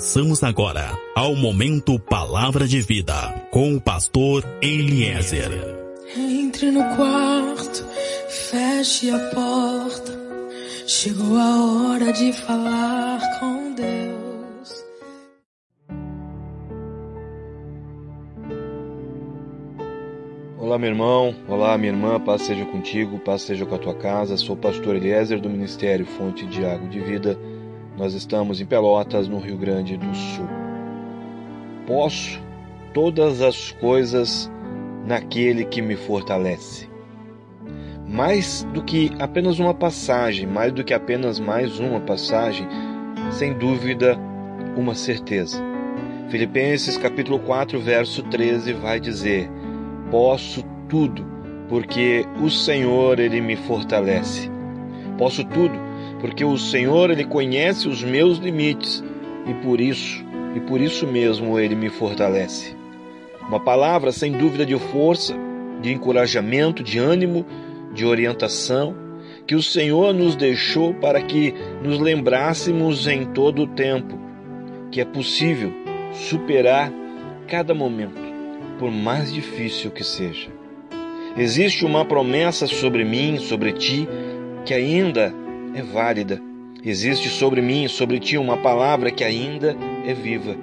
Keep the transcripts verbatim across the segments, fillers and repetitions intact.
Passamos agora ao momento Palavra de Vida com o pastor Eliezer. Entre no quarto, feche a porta. Chegou a hora de falar com Deus. Olá, meu irmão, olá, minha irmã, paz seja contigo, paz seja com a tua casa. Sou o pastor Eliezer do Ministério Fonte de Água de Vida. Nós estamos em Pelotas, no Rio Grande do Sul. Posso todas as coisas naquele que me fortalece. Mais do que apenas uma passagem, mais do que apenas mais uma passagem, sem dúvida, uma certeza. Filipenses capítulo quatro, verso treze vai dizer: posso tudo, porque o Senhor, Ele me fortalece. Posso tudo, porque o Senhor, Ele conhece os meus limites e por isso, e por isso mesmo Ele me fortalece. Uma palavra sem dúvida de força, de encorajamento, de ânimo, de orientação, que o Senhor nos deixou para que nos lembrássemos em todo o tempo que é possível superar cada momento, por mais difícil que seja. Existe uma promessa sobre mim, sobre ti, que ainda é válida. Existe sobre mim, sobre ti, uma palavra que ainda é viva.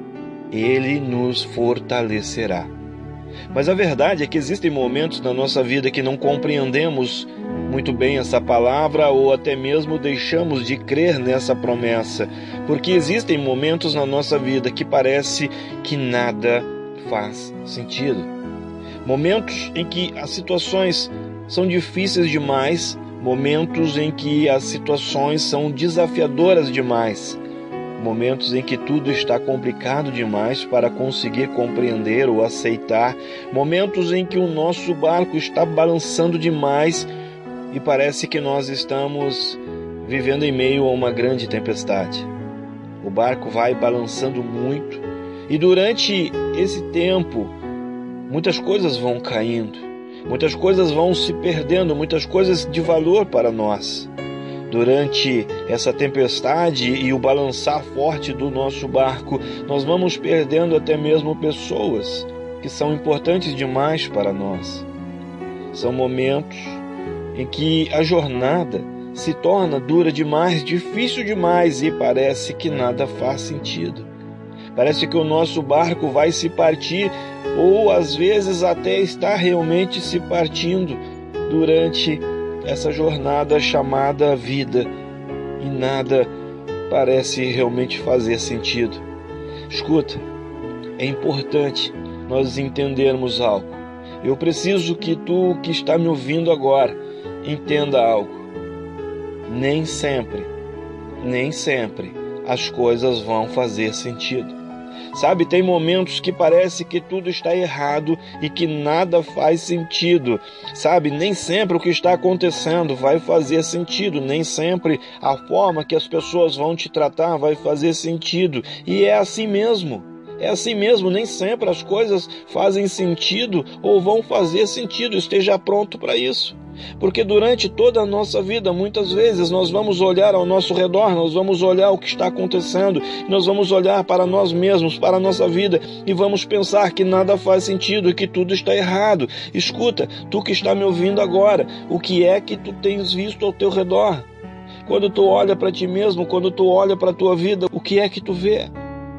Ele nos fortalecerá. Mas a verdade é que existem momentos na nossa vida que não compreendemos muito bem essa palavra ou até mesmo deixamos de crer nessa promessa, porque existem momentos na nossa vida que parece que nada faz sentido. Momentos em que as situações são difíceis demais, momentos em que as situações são desafiadoras demais, momentos em que tudo está complicado demais para conseguir compreender ou aceitar, momentos em que o nosso barco está balançando demais e parece que nós estamos vivendo em meio a uma grande tempestade. O barco vai balançando muito e durante esse tempo muitas coisas vão caindo, muitas coisas vão se perdendo, muitas coisas de valor para nós. Durante essa tempestade e o balançar forte do nosso barco, nós vamos perdendo até mesmo pessoas que são importantes demais para nós. São momentos em que a jornada se torna dura demais, difícil demais e parece que nada faz sentido. Parece que o nosso barco vai se partir ou às vezes até está realmente se partindo durante essa jornada chamada vida e nada parece realmente fazer sentido. Escuta, é importante nós entendermos algo. Eu preciso que tu que está me ouvindo agora entenda algo. Nem sempre, nem sempre as coisas vão fazer sentido. Sabe, tem momentos que parece que tudo está errado e que nada faz sentido. Sabe, nem sempre o que está acontecendo vai fazer sentido, nem sempre a forma que as pessoas vão te tratar vai fazer sentido. E é assim mesmo. É assim mesmo, nem sempre as coisas fazem sentido ou vão fazer sentido. Esteja pronto para isso. Porque durante toda a nossa vida, muitas vezes, nós vamos olhar ao nosso redor, nós vamos olhar o que está acontecendo, nós vamos olhar para nós mesmos, para a nossa vida, e vamos pensar que nada faz sentido e que tudo está errado. Escuta, tu que está me ouvindo agora, o que é que tu tens visto ao teu redor? Quando tu olha para ti mesmo, quando tu olha para a tua vida, o que é que tu vê?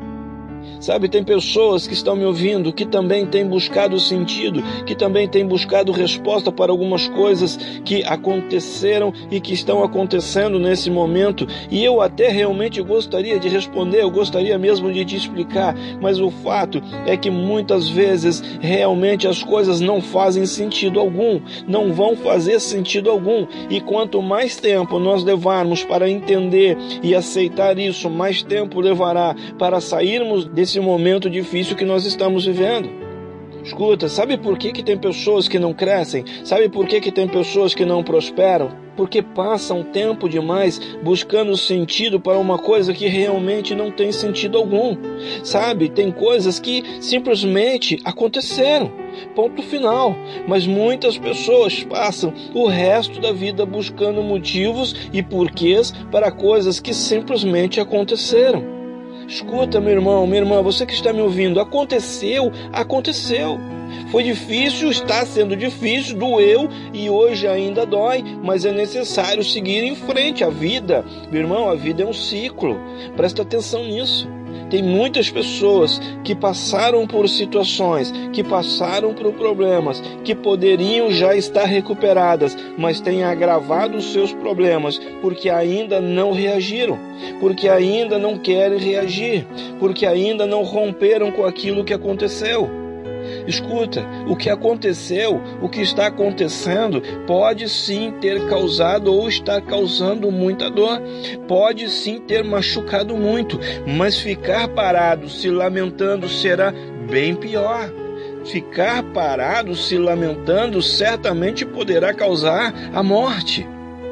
Sabe, tem pessoas que estão me ouvindo que também têm buscado sentido, que também têm buscado resposta para algumas coisas que aconteceram e que estão acontecendo nesse momento. E eu até realmente gostaria de responder, eu gostaria mesmo de te explicar, mas o fato é que muitas vezes realmente as coisas não fazem sentido algum, não vão fazer sentido algum. E quanto mais tempo nós levarmos para entender e aceitar isso, mais tempo levará para sairmos desse momento difícil que nós estamos vivendo. Escuta, sabe por que que tem pessoas que não crescem? Sabe por que que tem pessoas que não prosperam? Porque passam tempo demais buscando sentido para uma coisa que realmente não tem sentido algum. Sabe, tem coisas que simplesmente aconteceram. Ponto final. Mas muitas pessoas passam o resto da vida buscando motivos e porquês para coisas que simplesmente aconteceram. Escuta, meu irmão, minha irmã, você que está me ouvindo, aconteceu, aconteceu. Foi difícil, está sendo difícil, doeu e hoje ainda dói, mas é necessário seguir em frente. A vida, meu irmão, a vida é um ciclo. Presta atenção nisso. Tem muitas pessoas que passaram por situações, que passaram por problemas, que poderiam já estar recuperadas, mas têm agravado os seus problemas porque ainda não reagiram, porque ainda não querem reagir, porque ainda não romperam com aquilo que aconteceu. Escuta, o que aconteceu, o que está acontecendo, pode sim ter causado ou estar causando muita dor, pode sim ter machucado muito, mas ficar parado se lamentando será bem pior. Ficar parado se lamentando certamente poderá causar a morte.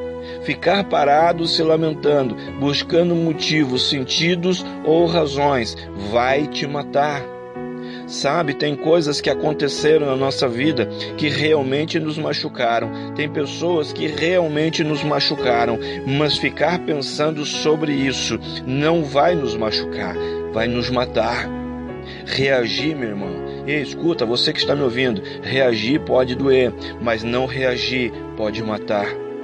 Ficar parado se lamentando, buscando motivos, sentidos ou razões, vai te matar. Sabe, tem coisas que aconteceram na nossa vida que realmente nos machucaram. Tem pessoas que realmente nos machucaram, mas ficar pensando sobre isso não vai nos machucar, vai nos matar. Reagir, meu irmão. Ei, escuta, você que está me ouvindo, reagir pode doer, mas não reagir pode matar.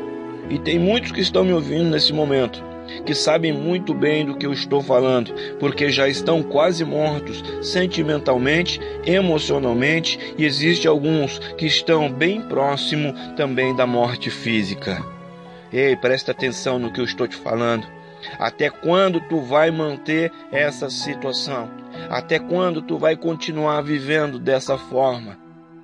E tem muitos que estão me ouvindo nesse momento, que sabem muito bem do que eu estou falando, porque já estão quase mortos sentimentalmente, emocionalmente, e existe alguns que estão bem próximo também da morte física. Ei, presta atenção no que eu estou te falando. Até quando tu vai manter essa situação? Até quando tu vai continuar vivendo dessa forma?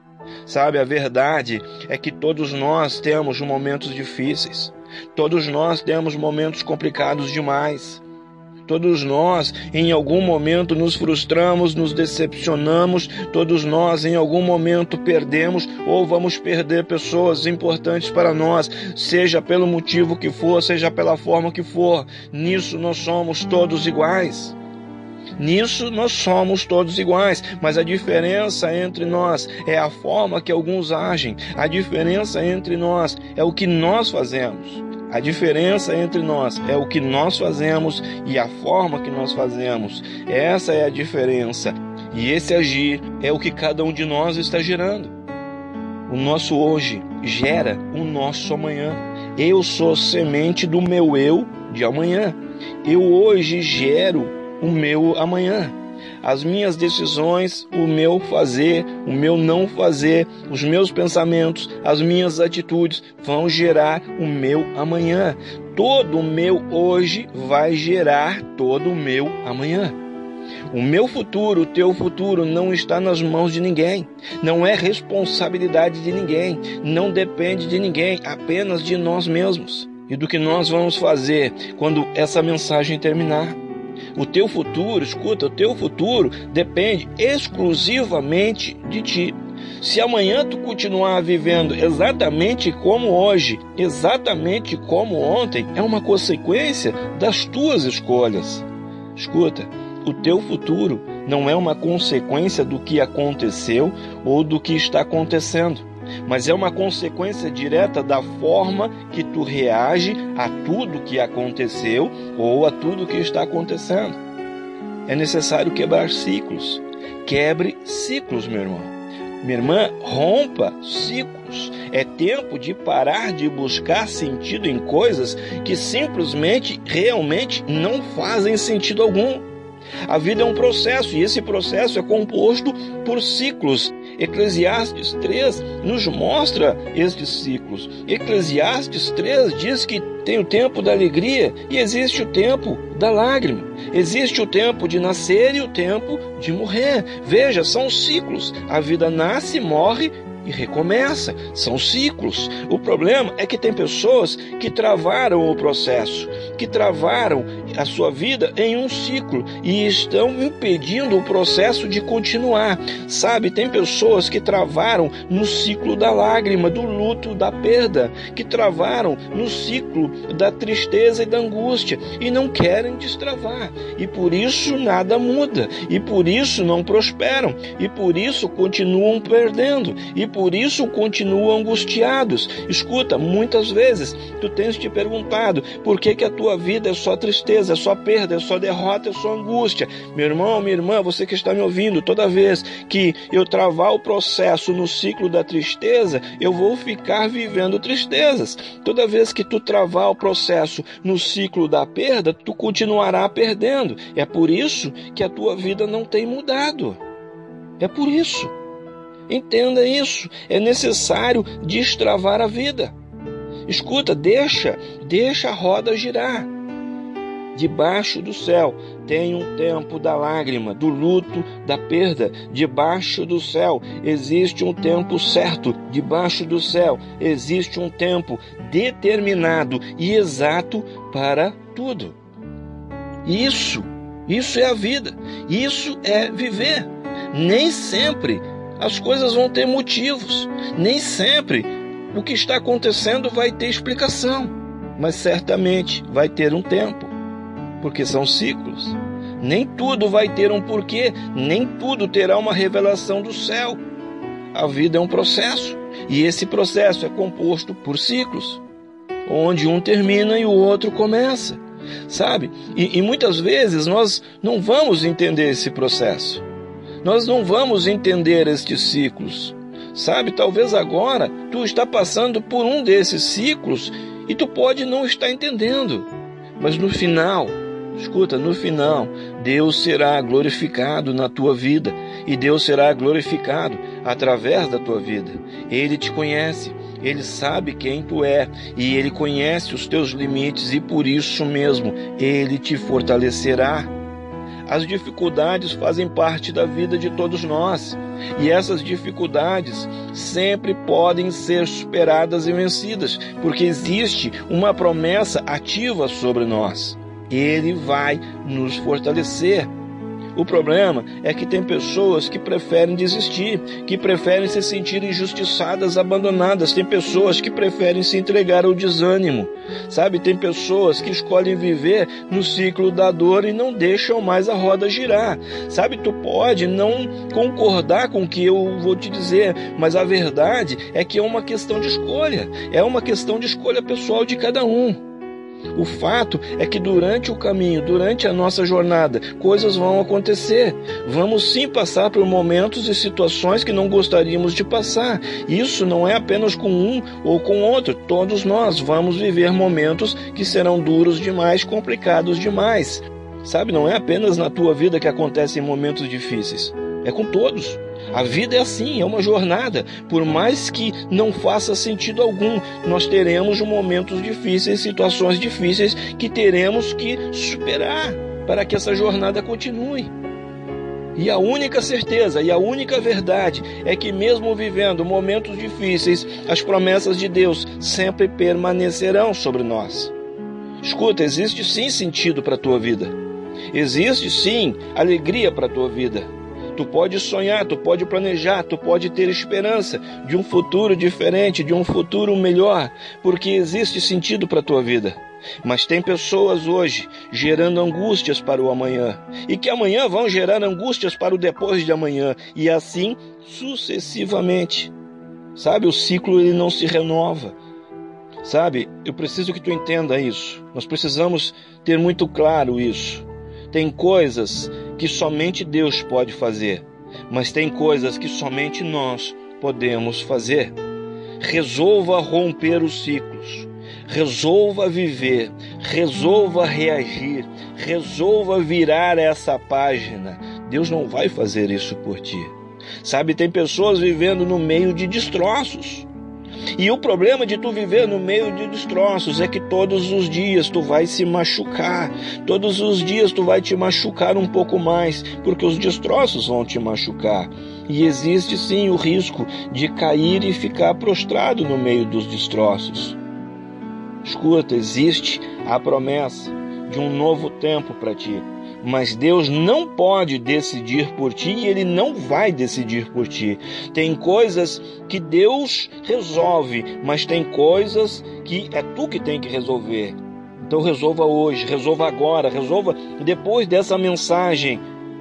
Sabe, a verdade é que todos nós temos momentos difíceis. Todos nós temos momentos complicados demais. Todos nós, em algum momento, nos frustramos, nos decepcionamos. Todos nós, em algum momento, perdemos ou vamos perder pessoas importantes para nós, seja pelo motivo que for, seja pela forma que for. Nisso nós somos todos iguais. Nisso nós somos todos iguais, mas a diferença entre nós é a forma que alguns agem. A diferença entre nós é o que nós fazemos. A diferença entre nós é o que nós fazemos e a forma que nós fazemos. Essa é a diferença. E esse agir é o que cada um de nós está gerando. O nosso hoje gera o nosso amanhã. Eu sou semente do meu eu de amanhã. Eu hoje gero o meu amanhã. As minhas decisões, o meu fazer, o meu não fazer, os meus pensamentos, as minhas atitudes vão gerar o meu amanhã. Todo o meu hoje vai gerar todo o meu amanhã. O meu futuro, o teu futuro não está nas mãos de ninguém. Não é responsabilidade de ninguém. Não depende de ninguém, apenas de nós mesmos. E do que nós vamos fazer quando essa mensagem terminar. O teu futuro, escuta, o teu futuro depende exclusivamente de ti. Se amanhã tu continuar vivendo exatamente como hoje, exatamente como ontem, é uma consequência das tuas escolhas. Escuta, o teu futuro não é uma consequência do que aconteceu ou do que está acontecendo, mas é uma consequência direta da forma que tu reage a tudo que aconteceu ou a tudo que está acontecendo. É necessário quebrar ciclos. Quebre ciclos, meu irmão. Minha irmã, rompa ciclos. É tempo de parar de buscar sentido em coisas que simplesmente, realmente não fazem sentido algum. A vida é um processo e esse processo é composto por ciclos. Eclesiastes três nos mostra estes ciclos. Eclesiastes três diz que tem o tempo da alegria e existe o tempo da lágrima. Existe o tempo de nascer e o tempo de morrer. Veja, são ciclos. A vida nasce, morre e recomeça. São ciclos. O problema é que tem pessoas que travaram o processo, que travaram a sua vida em um ciclo e estão impedindo o processo de continuar. Sabe, tem pessoas que travaram no ciclo da lágrima, do luto, da perda, que travaram no ciclo da tristeza e da angústia e não querem destravar. E por isso nada muda, e por isso não prosperam, e por isso continuam perdendo, e por isso continuam angustiados. Escuta, muitas vezes tu tens te perguntado por que que a tua vida é só tristeza. tristeza, é só perda, é só derrota, é só angústia. Meu irmão, minha irmã, você que está me ouvindo, toda vez que eu travar o processo no ciclo da tristeza, eu vou ficar vivendo tristezas. Toda vez que tu travar o processo no ciclo da perda, tu continuará perdendo. É por isso que a tua vida não tem mudado. É por isso. Entenda isso. É necessário destravar a vida. Escuta, deixa, deixa a roda girar. Debaixo do céu tem um tempo da lágrima, do luto, da perda. Debaixo do céu existe um tempo certo. Debaixo do céu existe um tempo determinado e exato para tudo. Isso, isso é a vida. Isso é viver. Nem sempre as coisas vão ter motivos. Nem sempre o que está acontecendo vai ter explicação, mas certamente vai ter um tempo, porque são ciclos. Nem tudo vai ter um porquê, nem tudo terá uma revelação do céu. A vida é um processo, e esse processo é composto por ciclos, onde um termina e o outro começa, sabe? E, e muitas vezes nós não vamos entender esse processo, nós não vamos entender estes ciclos. Sabe, talvez agora tu está passando por um desses ciclos e tu pode não estar entendendo. Mas no final, escuta, no final, Deus será glorificado na tua vida. E Deus será glorificado através da tua vida. Ele te conhece, Ele sabe quem tu é e Ele conhece os teus limites e por isso mesmo Ele te fortalecerá. As dificuldades fazem parte da vida de todos nós. E essas dificuldades sempre podem ser superadas e vencidas, porque existe uma promessa ativa sobre nós. Ele vai nos fortalecer. O problema é que tem pessoas que preferem desistir, que preferem se sentir injustiçadas, abandonadas. Tem pessoas que preferem se entregar ao desânimo. Sabe, tem pessoas que escolhem viver no ciclo da dor e não deixam mais a roda girar. Sabe, tu pode não concordar com o que eu vou te dizer, mas a verdade é que é uma questão de escolha. É uma questão de escolha pessoal de cada um. O fato é que durante o caminho, durante a nossa jornada, coisas vão acontecer. Vamos sim passar por momentos e situações que não gostaríamos de passar. Isso não é apenas com um ou com outro. Todos nós vamos viver momentos que serão duros demais, complicados demais. Sabe, não é apenas na tua vida que acontecem momentos difíceis. É com todos. A vida é assim, é uma jornada. Por mais que não faça sentido algum, nós teremos momentos difíceis, situações difíceis que teremos que superar para que essa jornada continue. E a única certeza e a única verdade é que mesmo vivendo momentos difíceis, as promessas de Deus sempre permanecerão sobre nós. Escuta, existe sim sentido para a tua vida. Existe sim alegria para a tua vida. Tu pode sonhar, tu pode planejar, tu pode ter esperança de um futuro diferente, de um futuro melhor, porque existe sentido para a tua vida. Mas tem pessoas hoje gerando angústias para o amanhã, e que amanhã vão gerar angústias para o depois de amanhã, e assim sucessivamente. Sabe, o ciclo ele não se renova. Sabe, eu preciso que tu entenda isso. Nós precisamos ter muito claro isso. Tem coisas que somente Deus pode fazer, mas tem coisas que somente nós podemos fazer. Resolva romper os ciclos, resolva viver, resolva reagir, resolva virar essa página. Deus não vai fazer isso por ti. Sabe, tem pessoas vivendo no meio de destroços. E o problema de tu viver no meio de destroços é que todos os dias tu vai se machucar, todos os dias tu vai te machucar um pouco mais, porque os destroços vão te machucar. E existe sim o risco de cair e ficar prostrado no meio dos destroços. Escuta, existe a promessa de um novo tempo para ti. Mas Deus não pode decidir por ti e Ele não vai decidir por ti. Tem coisas que Deus resolve, mas tem coisas que é tu que tem que resolver. Então resolva hoje, resolva agora, resolva depois dessa mensagem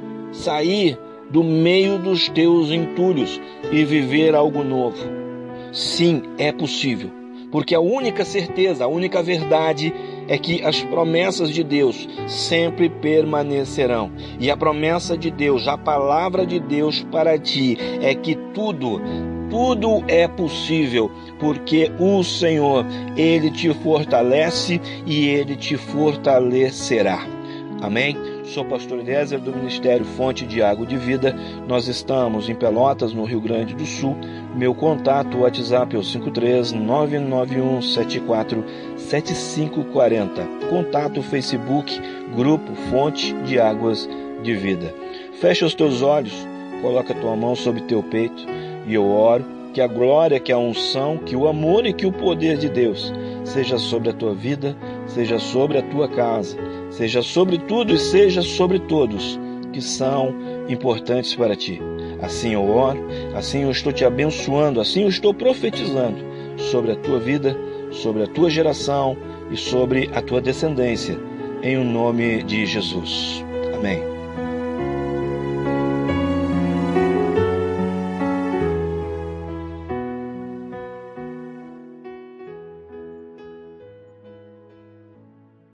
sair do meio dos teus entulhos e viver algo novo. Sim, é possível, porque a única certeza, a única verdade é que as promessas de Deus sempre permanecerão. E a promessa de Deus, a palavra de Deus para ti é que tudo, tudo é possível, porque o Senhor, Ele te fortalece e Ele te fortalecerá. Amém? Sou pastor Eliezer do Ministério Fonte de Água de Vida. Nós estamos em Pelotas, no Rio Grande do Sul. Meu contato, o WhatsApp é o cinco três nove nove um sete quatro sete cinco quatro zero. Contato Facebook, Grupo Fonte de Águas de Vida. Fecha os teus olhos, coloca a tua mão sobre teu peito e eu oro que a glória, que a unção, que o amor e que o poder de Deus seja sobre a tua vida, seja sobre a tua casa, seja sobre tudo e seja sobre todos que são importantes para ti. Assim eu oro, assim eu estou te abençoando, assim eu estou profetizando sobre a tua vida, sobre a tua geração e sobre a tua descendência, em o nome de Jesus. Amém.